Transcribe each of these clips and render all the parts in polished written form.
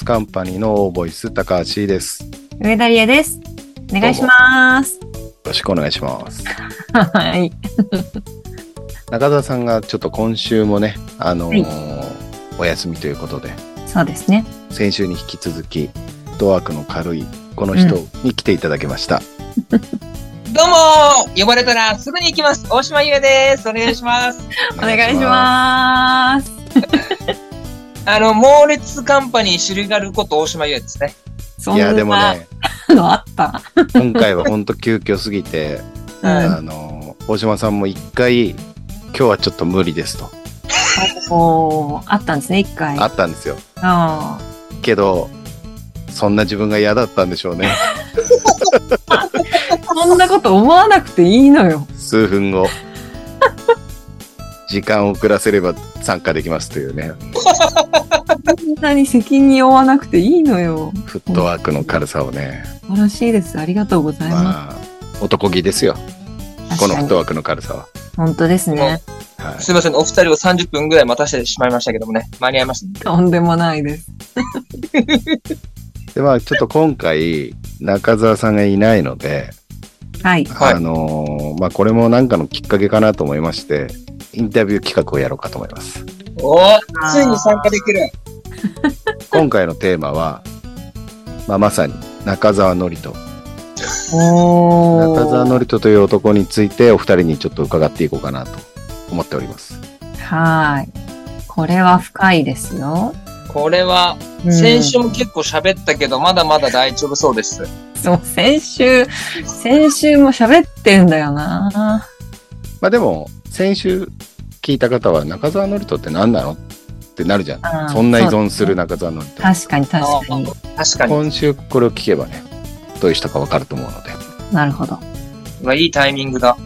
カンパニーのボイス高橋です。 上田理恵です。お願いします。 よろしくお願いします。 はい。 中澤さんがちょっと今週もね、お休みということで。 そうですね。 先週に引き続き、フットワークの軽いこの人に来ていただきました。 どうも呼ばれたらすぐに行きます。大島優です。お願いします。 お願いします。 猛烈カンパニーシルガルこと大島優ですね。 いやでもね、 あった今回は本当急遽すぎて、大島さんも一回今日はちょっと無理ですと。 あったんですね、一回。 あったんですよ。けどそんな自分が嫌だったんでしょうね。 そんなこと思わなくていいのよ。 数分後時間を遅らせれば参加できますというね。 そんなに責任を負わなくていいのよ。 フットワークの軽さをね。 素晴らしいです。ありがとうございます。 男気ですよ。このフットワークの軽さは。 本当ですね。 はい、すいません、お二人を30分ぐらい待たせてしまいましたけどもね、間に合いました、ね。 とんでもないです。 で、ちょっと今回中澤さんがいないので、 はい。 これも何かのきっかけかなと思いまして、インタビュー企画をやろうかと思います。 ついに参加できる。 今回のテーマは、まさに中澤典人。中澤典人という男についてお二人にちょっと伺っていこうかなと思っております。 はい。これは深いですよ。 これは、先週も結構喋ったけど、まだまだ大丈夫そうです。 そう、先週も喋ってんだよな。 でも、先週聞いた方は中澤典人って何なのってなるじゃん。そんな依存する中澤典人。 確かに確かに。 今週これを聞けばね、どういう人かわかると思うので。 なるほど。 いいタイミングだ。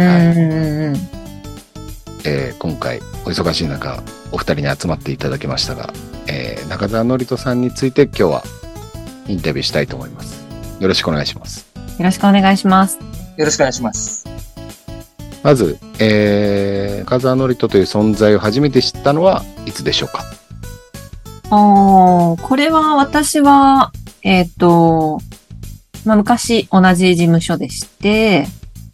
今回お忙しい中お二人に集まっていただきましたが、中澤典人さんについて今日はインタビューしたいと思います。よろしくお願いします。 よろしくお願いします。 よろしくお願いします。 まず、中澤典人という存在を初めて知ったのはいつでしょうか？ これは私は昔同じ事務所でして、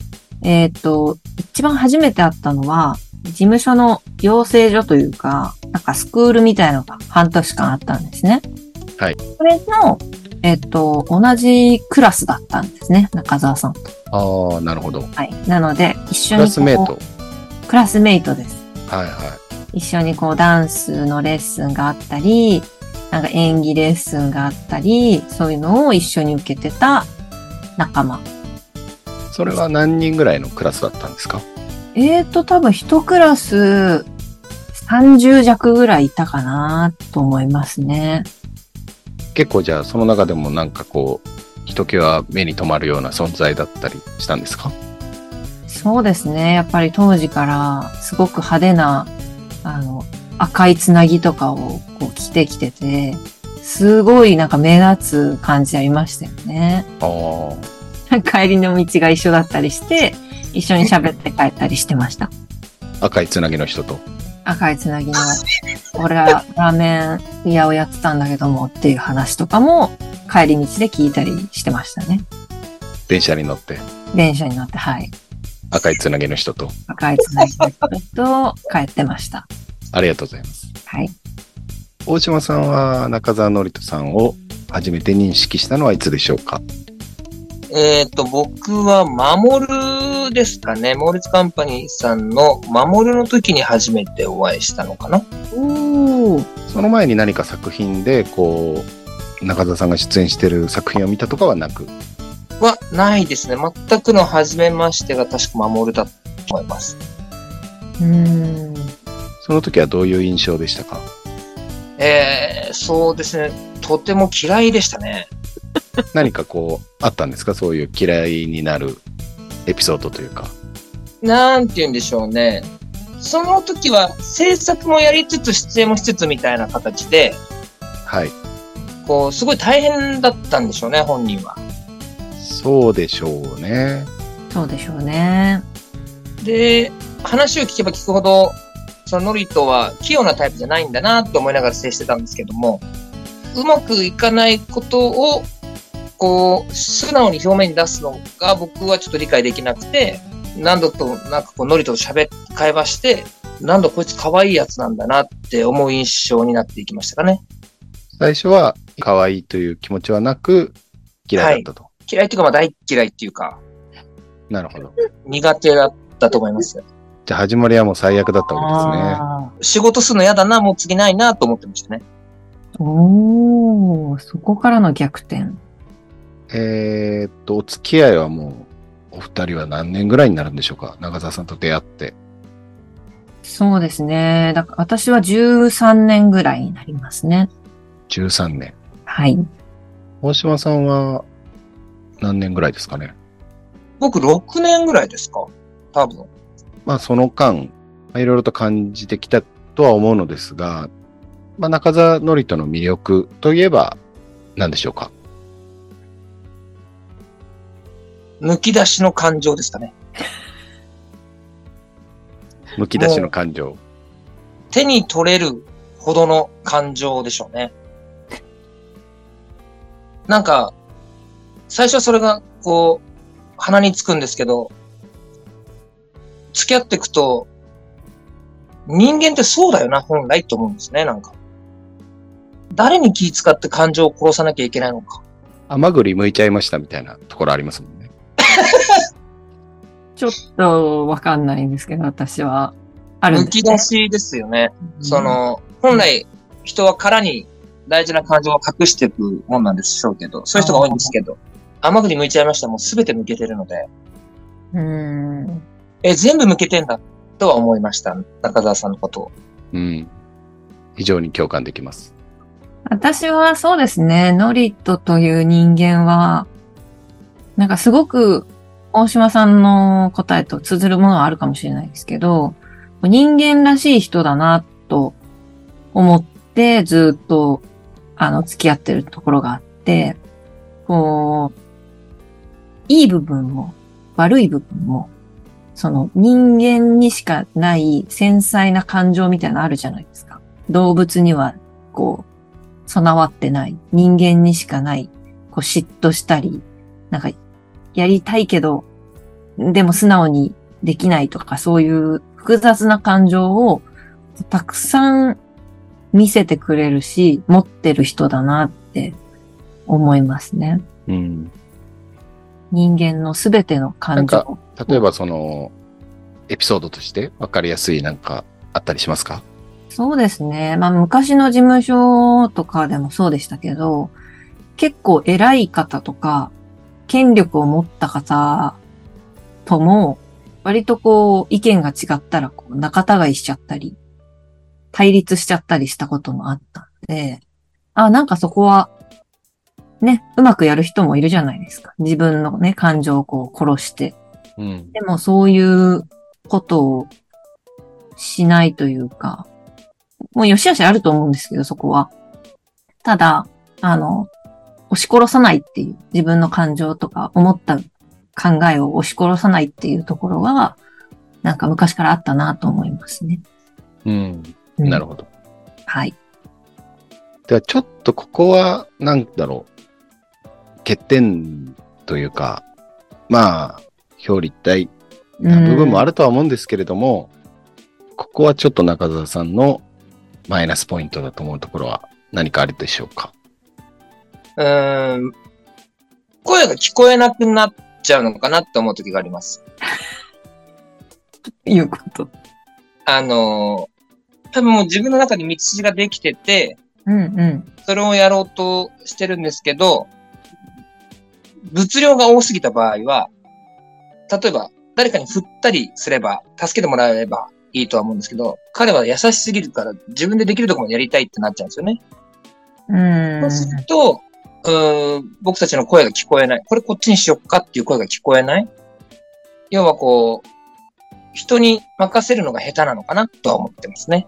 一番初めて会ったのは、事務所の養成所というか、なんかスクールみたいなのが半年間あったんですね。 はい。 それの、同じクラスだったんですね、中澤さんと。 なるほど。 はい。なので、一緒にクラスメイト。 クラスメイトです。 はいはい。 一緒にダンスのレッスンがあったり、なんか演技レッスンがあったり、そういうのを一緒に受けてた仲間。 それは何人ぐらいのクラスだったんですか？ 多分一クラス30弱ぐらいいたかなと思いますね。 結構じゃあその中でもなんかひときわ目に留まるような存在だったりしたんですか？ そうですね。やっぱり当時からすごく派手な、赤いつなぎとかを着てきてて、すごいなんか目立つ感じありましたよね。帰りの道が一緒だったりして、一緒に喋って帰ったりしてました。 赤いつなぎの人と。 赤いつなぎの、俺はラーメン屋をやってたんだけどもっていう話とかも帰り道で聞いたりしてましたね。 電車に乗って、 はい。 赤いつなぎの人と。 赤いつなぎの人と帰ってました。 ありがとうございます。 はい。 大島さんは中澤典人さんを初めて認識したのはいつでしょうか？ 僕は守るですかね。猛烈カンパニーさんの守るの時に初めてお会いしたのかな。 その前に何か作品で中澤さんが出演している作品を見たとかはなく？ ないですね。全くの初めましてが確か守るだと思います。 その時はどういう印象でしたか？ そうですね。とても嫌いでしたね。 何かあったんですか？そういう嫌いになるエピソードというか。 なんて言うんでしょうね。その時は制作もやりつつ出演もしつつみたいな形で、 はい。 すごい大変だったんでしょうね、本人は。 そうでしょうね。 そうでしょうね。 で、話を聞けば聞くほど、そのノリとは器用なタイプじゃないんだなと思いながら接してたんですけども、 うまくいかないことを、こう、素直に表面に出すのが僕はちょっと理解できなくて、何度となんかこう、ノリと会話して、何度こいつ可愛いやつなんだなって思う印象になっていきましたかね。 最初は可愛いという気持ちはなく嫌いだったと。はい、 嫌いっていうか、まあ大嫌いっていうか。 なるほど。 苦手だったと思いますよ。 じゃあ始まりはもう最悪だったわけですね。 仕事するの嫌だな、もう次ないなと思ってましたね。 おー、そこからの逆転。 お付き合いはもう、お二人は何年ぐらいになるんでしょうか？中澤さんと出会って。 そうですね。だから私は13年ぐらいになりますね。 13年。 はい。 大島さんは何年ぐらいですかね？ 僕6年ぐらいですか？多分。 まあその間、いろいろと感じてきたとは思うのですが、まあ中澤典人の魅力といえば何でしょうか？ むき出しの感情ですかね。 むき出しの感情。 手に取れるほどの感情でしょうね。なんか、最初はそれが、こう、鼻につくんですけど、付き合っていくと、人間ってそうだよな、本来って思うんですね、なんか。誰に気使って感情を殺さなきゃいけないのか。 甘栗剥いちゃいましたみたいなところありますもんね。 ちょっとわかんないんですけど、私は。あるんですね。 むき出しですよね。本来、人は殻に大事な感情を隠していくもんなんでしょうけど、そういう人が多いんですけど、甘栗剥いちゃいましたらもうすべて剥けてるので。全部剥けてんだとは思いました。中澤さんのことを。 うん。非常に共感できます。 私はそうですね、ノリトという人間は、なんかすごく大島さんの答えと通ずるものはあるかもしれないですけど、人間らしい人だなと思ってずっと付き合ってるところがあって、こう、いい部分も悪い部分も、その人間にしかない繊細な感情みたいなのあるじゃないですか。動物にはこう備わってない人間にしかないこう嫉妬したり、なんかやりたいけどでも素直にできないとかそういう複雑な感情をたくさん見せてくれるし持ってる人だなって思いますね。 うん。 人間のすべての感情。 なんか例えばそのエピソードとして分かりやすいなんかあったりしますか？ そうですね。まあ昔の事務所とかでもそうでしたけど、結構偉い方とか権力を持った方とも割とこう意見が違ったらこう仲違いしちゃったり、対立しちゃったりしたこともあったんで、なんかそこはね、うまくやる人もいるじゃないですか。自分のね、感情をこう殺して。 うん。 でもそういうことをしないというか、もう良し悪しあると思うんですけど、そこは。ただ、押し殺さないっていう、自分の感情とか思った考えを押し殺さないっていうところは、なんか昔からあったなと思いますね。 うん。なるほど。 はい。 ではちょっとここは、なんだろう。欠点というか、まあ、表裏一体な部分もあるとは思うんですけれども、ここはちょっと中澤さんのマイナスポイントだと思うところは何かあるでしょうか？ 声が聞こえなくなっちゃうのかなって思う時があります。 いうこと。 多分もう自分の中に道筋ができてて、それをやろうとしてるんですけど、物量が多すぎた場合は、例えば誰かに振ったりすれば、助けてもらえればいいとは思うんですけど、彼は優しすぎるから自分でできるところまでやりたいってなっちゃうんですよね。そうすると、僕たちの声が聞こえない。これこっちにしよっかっていう声が聞こえない。要はこう、人に任せるのが下手なのかなとは思ってますね。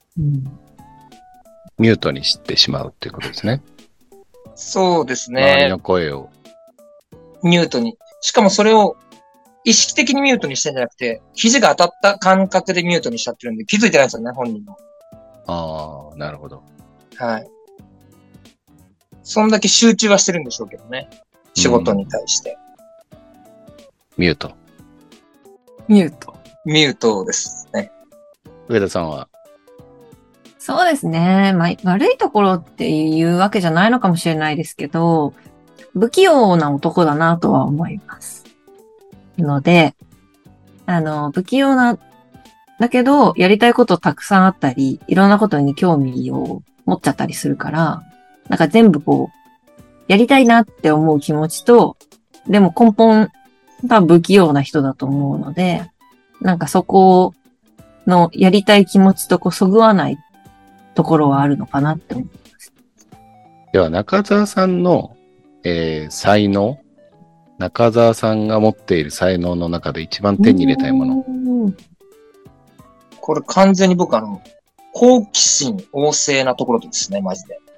ミュートにしてしまうっていうことですね。 そうですね。 周りの声を。 ミュートに。しかもそれを意識的にミュートにしてんじゃなくて、肘が当たった感覚でミュートにしちゃってるんで気づいてないんですよね、本人も。 ああ、なるほど。 はい。 そんだけ集中はしてるんでしょうけどね。仕事に対して。 ミュート。 ミュート。 ミュートですね。 上田さんは？ そうですね。まあ、悪いところっていうわけじゃないのかもしれないですけど、不器用な男だなとは思います。ので、不器用だけど、やりたいことたくさんあったり、いろんなことに興味を持っちゃったりするから、なんか全部こう、やりたいなって思う気持ちと、でも根本、多分不器用な人だと思うので、なんかそこのやりたい気持ちとこう、そぐわないところはあるのかなって思います。 では、中澤さんの、才能、中澤さんが持っている才能の中で一番手に入れたいもの。 これ完全に僕好奇心旺盛なところですね、マジで。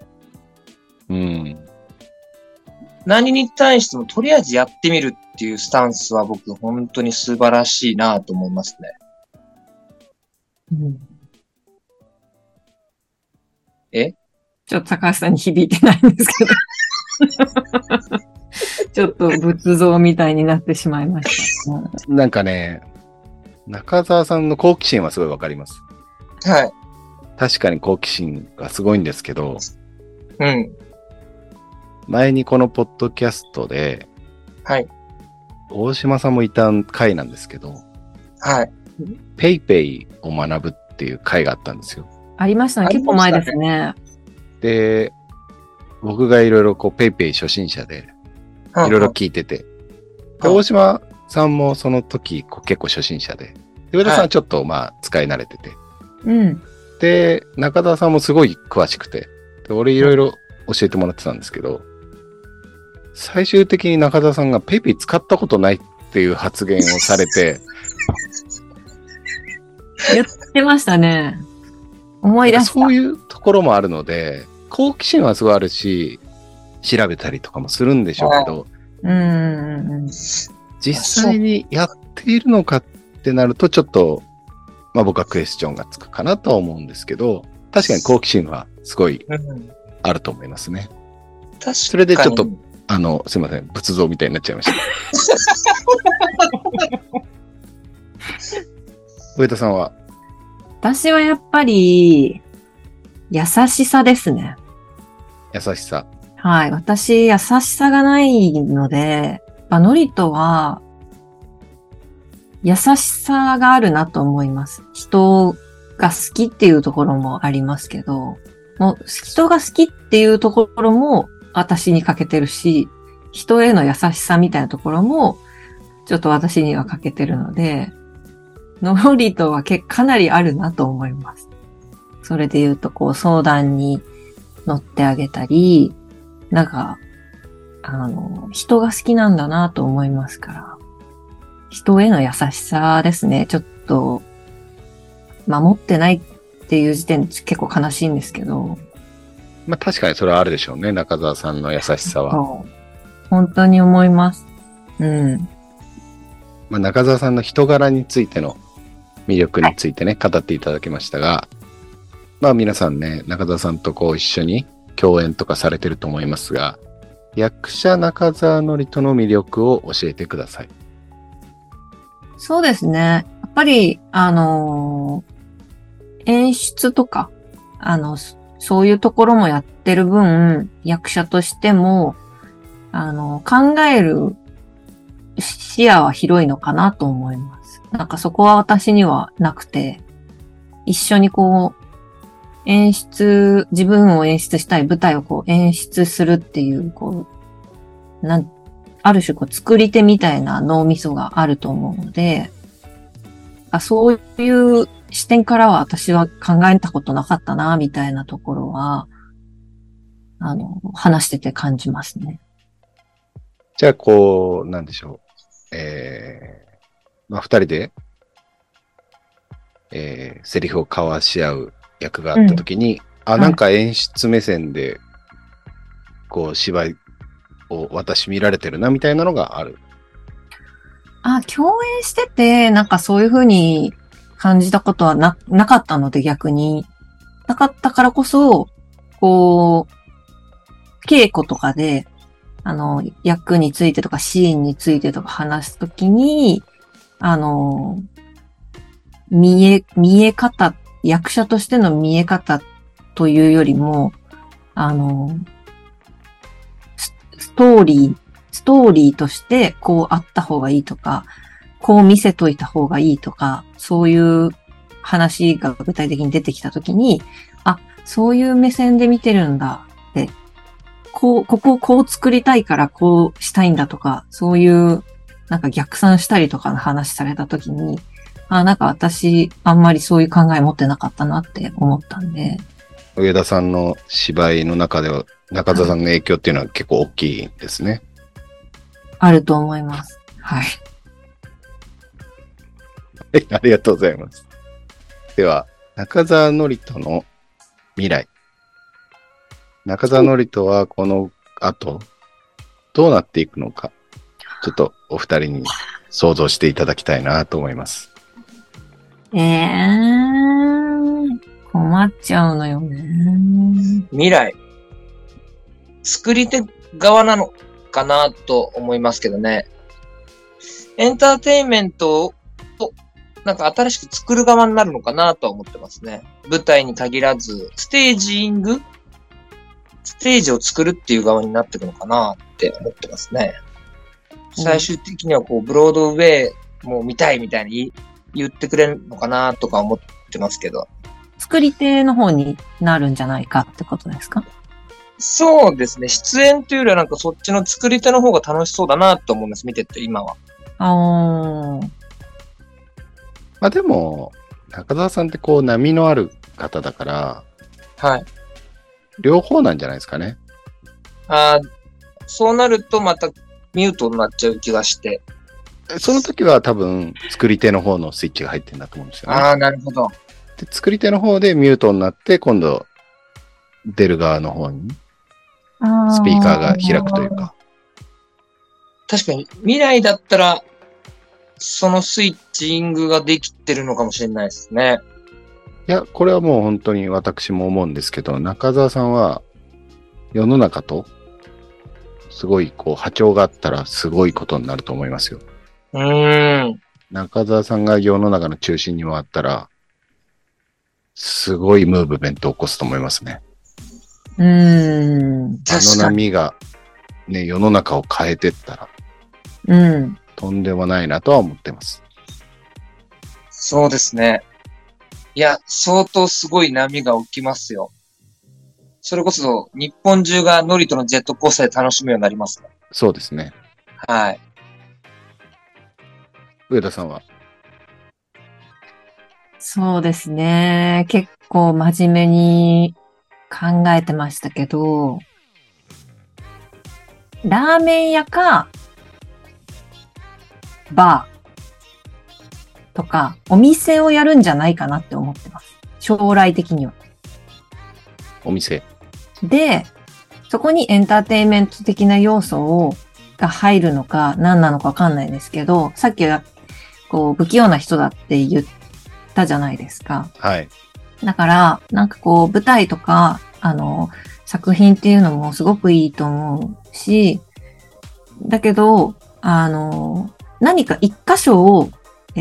何に対してもとりあえずやってみるっていうスタンスは僕本当に素晴らしいなと思いますね。 ちょっと高橋さんに響いてないんですけど。ちょっと仏像みたいになってしまいました。 なんかね、中澤さんの好奇心はすごいわかります。 はい。 確かに好奇心がすごいんですけど、 前にこのポッドキャストで、 はい。 大島さんもいた回なんですけど、 はい。 ペイペイを学ぶっていう回があったんですよ。 ありましたね。結構前ですね。 で、僕がいろいろペイペイ初心者で、いろいろ聞いてて、で、大島さんもその時結構初心者で、上田さんはちょっと使い慣れてて、で、中田さんもすごい詳しくて、で俺いろいろ教えてもらってたんですけど、最終的に中田さんがペイペイ使ったことないっていう発言をされて、 言ってましたね。思い出した。 そういうところもあるので、好奇心はすごいあるし、調べたりとかもするんでしょうけど、実際にやっているのかってなると、ちょっと、僕はクエスチョンがつくかなとは思うんですけど、確かに好奇心はすごいあると思いますね。 確かに。 それでちょっと、すいません、仏像みたいになっちゃいました。上田さんは？ 私はやっぱり、優しさですね。 優しさ。 はい。私、優しさがないので、ノリとは、優しさがあるなと思います。人が好きっていうところもありますけど、もう人が好きっていうところも私に欠けてるし、人への優しさみたいなところもちょっと私には欠けてるので、ノリとはかなりあるなと思います。それで言うと相談に乗ってあげたり、なんか、人が好きなんだなと思いますから。人への優しさですね。ちょっと、守ってないっていう時点で結構悲しいんですけど。 確かにそれはあるでしょうね。中澤さんの優しさは。 本当に思います。 中澤さんの人柄についての魅力についてね、語っていただきましたが、皆さんね、中澤さんと一緒に共演とかされてると思いますが、役者中澤典人の魅力を教えてください。 そうですね。やっぱり、演出とか、そういうところもやってる分、役者としても、考える視野は広いのかなと思います。なんかそこは私にはなくて、一緒に自分を演出したい舞台を演出するっていう、ある種作り手みたいな脳みそがあると思うので、そういう視点からは私は考えたことなかったな、みたいなところは、話してて感じますね。 じゃあ、なんでしょう。二人で、セリフを交わし合う役があったときに、なんか演出目線で、芝居を私見られてるな、みたいなのがある。 共演してて、なんかそういう風に感じたことはなかったので逆に。なかったからこそ、 稽古とかで、役についてとかシーンについてとか話すときに、見え方、役者としての見え方というよりも、ストーリーとしてこうあった方がいいとか、こう見せといた方がいいとか、そういう話が具体的に出てきたときに、あ、そういう目線で見てるんだって、ここをこう作りたいからこうしたいんだとか、そういうなんか逆算したりとかの話されたときに、なんか私あんまりそういう考え持ってなかったなって思ったんで。 上田さんの芝居の中では中澤さんの影響っていうのは結構大きいんですね。 あると思います。はい。 ありがとうございます。では、中澤典人の未来。中澤典人はこの後、どうなっていくのか、ちょっとお二人に想像していただきたいなと思います。 困っちゃうのよね。 未来。作り手側なのかなと思いますけどね。エンターテインメントをなんか新しく作る側になるのかなとは思ってますね。舞台に限らず、ステージを作るっていう側になっていくのかなって思ってますね。最終的にはこう、ブロードウェイも見たいみたいに言ってくれるのかなとか思ってますけど。 作り手の方になるんじゃないかってことですか？ そうですね。出演というよりはなんかそっちの作り手の方が楽しそうだなと思います。見てて、今は。 まあでも、中澤さんってこう波のある方だから、 はい。 両方なんじゃないですかね。 そうなるとまたミュートになっちゃう気がして。 その時は多分作り手の方のスイッチが入ってるんだと思うんですよね。 なるほど。 で、作り手の方でミュートになって、今度出る側の方にスピーカーが開くというか。 確かに未来だったらそのスイッチングができてるのかもしれないですね。 いや、これはもう本当に私も思うんですけど、中澤さんは世の中とすごいこう波長があったらすごいことになると思いますよ。中澤さんが世の中の中心に回ったら、すごいムーブメントを起こすと思いますね。あの波がね、世の中を変えてったら、とんでもないなとは思ってます。 そうですね。いや、相当すごい波が起きますよ。それこそ日本中がノリとのジェットコースターで楽しむようになりますね。 そうですね。 はい。 上田さんは？ そうですね。結構真面目に考えてましたけど、ラーメン屋か、バーとか、お店をやるんじゃないかなって思ってます。将来的には。 お店。 で、そこにエンターテインメント的な要素が入るのか何なのかわかんないですけど、さっきはこう不器用な人だって言ったじゃないですか。 はい。 だから、なんかこう舞台とか、作品っていうのもすごくいいと思うし、だけど、何か一箇所を、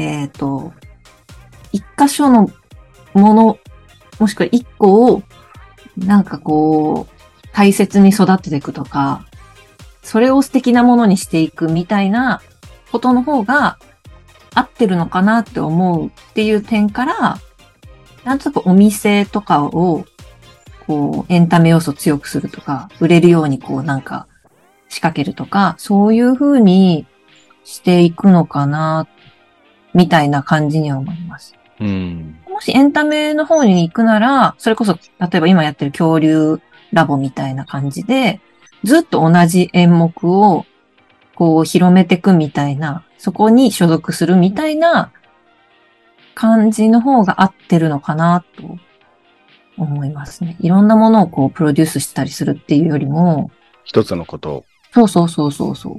一箇所のもの、もしくは一個を、なんかこう、大切に育てていくとか、それを素敵なものにしていくみたいなことの方が合ってるのかなって思うっていう点から、なんとなくお店とかを、こう、エンタメ要素強くするとか、売れるようにこうなんか仕掛けるとか、そういう風にしていくのかな、みたいな感じには思います。もしエンタメの方に行くなら、それこそ、例えば今やってる恐竜ラボみたいな感じで、ずっと同じ演目を、こう広めていくみたいな、そこに所属するみたいな感じの方が合ってるのかなと思いますね。いろんなものをこうプロデュースしたりするっていうよりも、 一つのことを。 そう。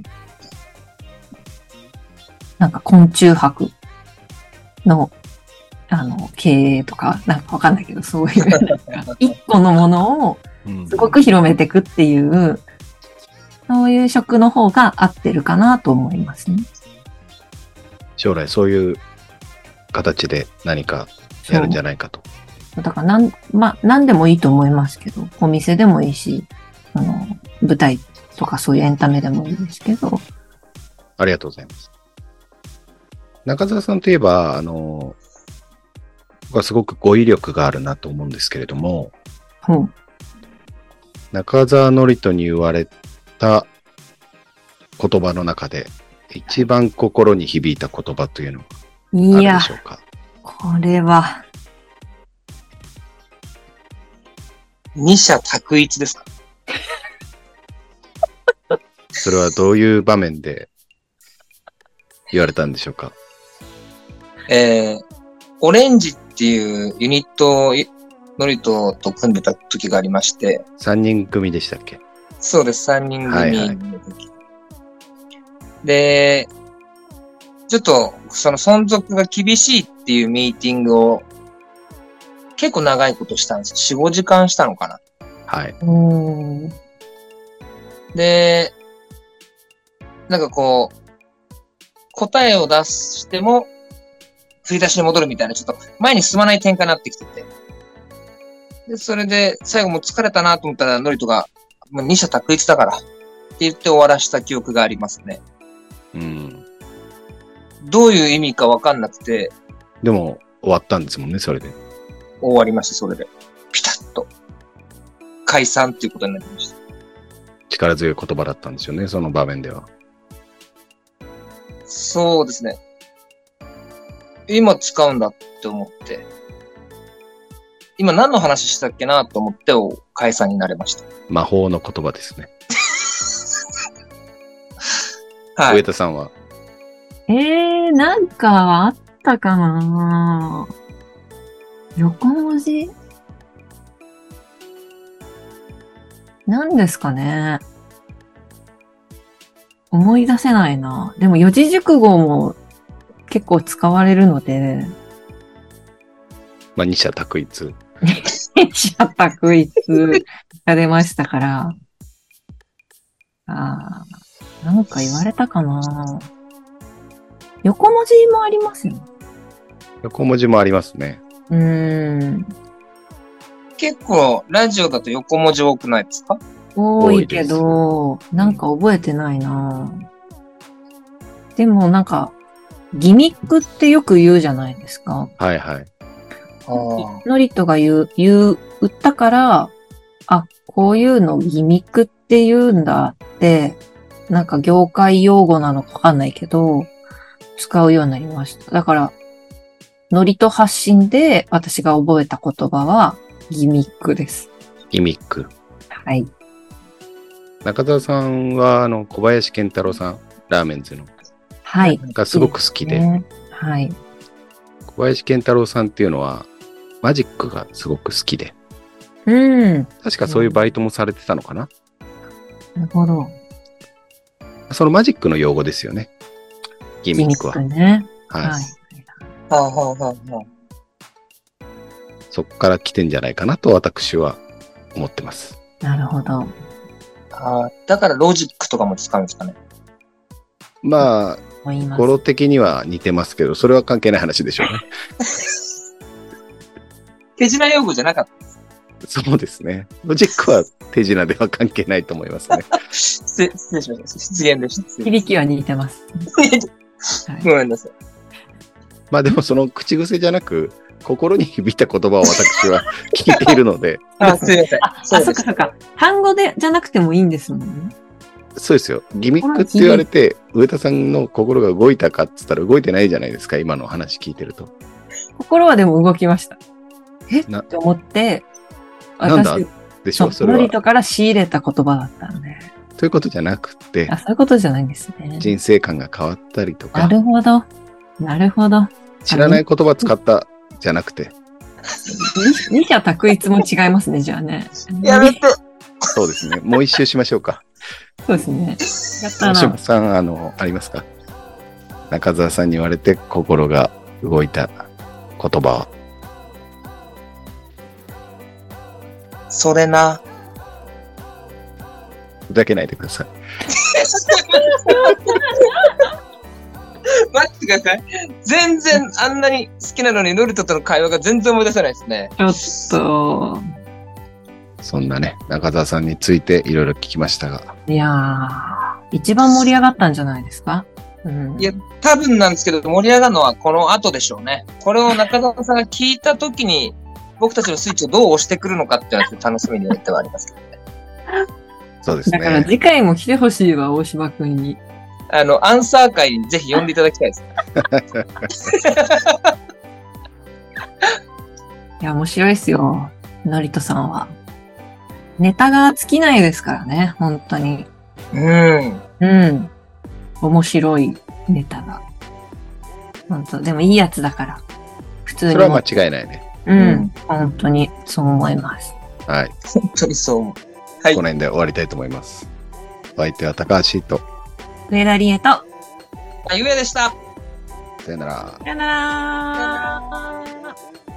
なんか昆虫博の経営とか、なんかわかんないけど、そういう、一個のものをすごく広めていくっていう、そういう職の方が合ってるかなと思いますね。 将来そういう形で何かやるんじゃないかと。 だから何でもいいと思いますけど、お店でもいいし、舞台とかそういうエンタメでもいいですけど。 ありがとうございます。中澤さんといえば、僕はすごく語彙力があるなと思うんですけれども、中澤典人に言われた言葉の中で一番心に響いた言葉というのはあるでしょうか？ これは二者択一ですか？ それはどういう場面で言われたんでしょうか？ オレンジっていうユニットをノリトと組んでた時がありまして。 3人組でしたっけ？ そうです、3人組の時。はいはい、で、ちょっとその存続が厳しいっていうミーティングを結構長いことしたんですよ。4、5時間したのかな。 はい。 で、なんかこう、答えを出しても、振り出しに戻るみたいな、ちょっと前に進まない展開になってきてて。で、それで、最後もう疲れたなと思ったら、ノリトが、もう二者択一だから、って言って終わらした記憶がありますね。どういう意味かわかんなくて。 でも、終わったんですもんね、それで。 終わりました、それで。ピタッと。解散っていうことになりました。 力強い言葉だったんですよね、その場面では。 そうですね。今使うんだって思って。今何の話したっけなと思って解散になれました。 魔法の言葉ですね。 はい。 上田さんは？ なんかあったかな？横文字？何ですかね。思い出せないな。でも四字熟語も結構使われるので。 まあ、二者択一。 二者択一が出ましたから。なんか言われたかな。横文字もありますよね。 横文字もありますね。 結構、ラジオだと横文字多くないですか？ 多いけど、なんか覚えてないな。でもなんか、ギミックってよく言うじゃないですか。 はいはい。 ノリトが言ったから、こういうのギミックって言うんだって、なんか業界用語なのかわかんないけど、使うようになりました。だから、ノリト発信で私が覚えた言葉はギミックです。 ギミック。 はい。 中澤さんは、小林健太郎さん、ラーメンズの。 はい。 がすごく好きで。 はい。 小林健太郎さんっていうのは、マジックがすごく好きで。確かそういうバイトもされてたのかな？ なるほど。 そのマジックの用語ですよね。ギミックは。 ギミックね。 はい。そこから来てんじゃないかなと私は思ってます。 なるほど。 だからロジックとかも使うんですかね。 まあ、語呂的には似てますけど、それは関係ない話でしょうね。 手品用語じゃなかったです。 そうですね。ロジックは手品では関係ないと思いますね。 失礼しました。失言でした。 響きは似てます。 ごめんなさい。 まあでもその口癖じゃなく、心に響いた言葉を私は聞いているので。 すいません。 そっかそっか。単語じゃなくてもいいんですもんね。 そうですよ。ギミックって言われて、上田さんの心が動いたかって言ったら動いてないじゃないですか、今の話聞いてると。 心はでも動きました。って思って、 なんだでしょう、それは。 ノリトから仕入れた言葉だったんで。 ということじゃなくて。 そういうことじゃないんですね。 人生観が変わったりとか。 なるほど。なるほど。 知らない言葉使ったじゃなくて。 二者択一も違いますね、じゃあね。 やめて。 そうですね。もう一周しましょうか。 そうですね。やったな。 大島さん、ありますか？中澤さんに言われて心が動いた言葉は。 それな。 ふざけないでください。 待ってください。全然あんなに好きなのにノリトとの会話が全然思い出せないですね。 ちょっと。 そんなね、中澤さんについていろいろ聞きましたが。 いやー、一番盛り上がったんじゃないですか？うん、 いや、多分なんですけど、盛り上がるのはこの後でしょうね。これを中澤さんが聞いたときに、僕たちのスイッチをどう押してくるのかっていうのは楽しみになってはありますけどね。 そうですね。 だから次回も来てほしいわ、大島くんに。 アンサー会にぜひ呼んでいただきたいです。 いや、面白いですよ。のりとさんは。ネタが尽きないですからね、本当に。うん。面白いネタが。本当でもいいやつだから。普通に。 それは間違いないね。 本当にそう思います。 はい。 本当にそう思う。はい。 この辺で終わりたいと思います。お相手は高橋と上田理恵とゆうやでした。 さよなら。 さよなら。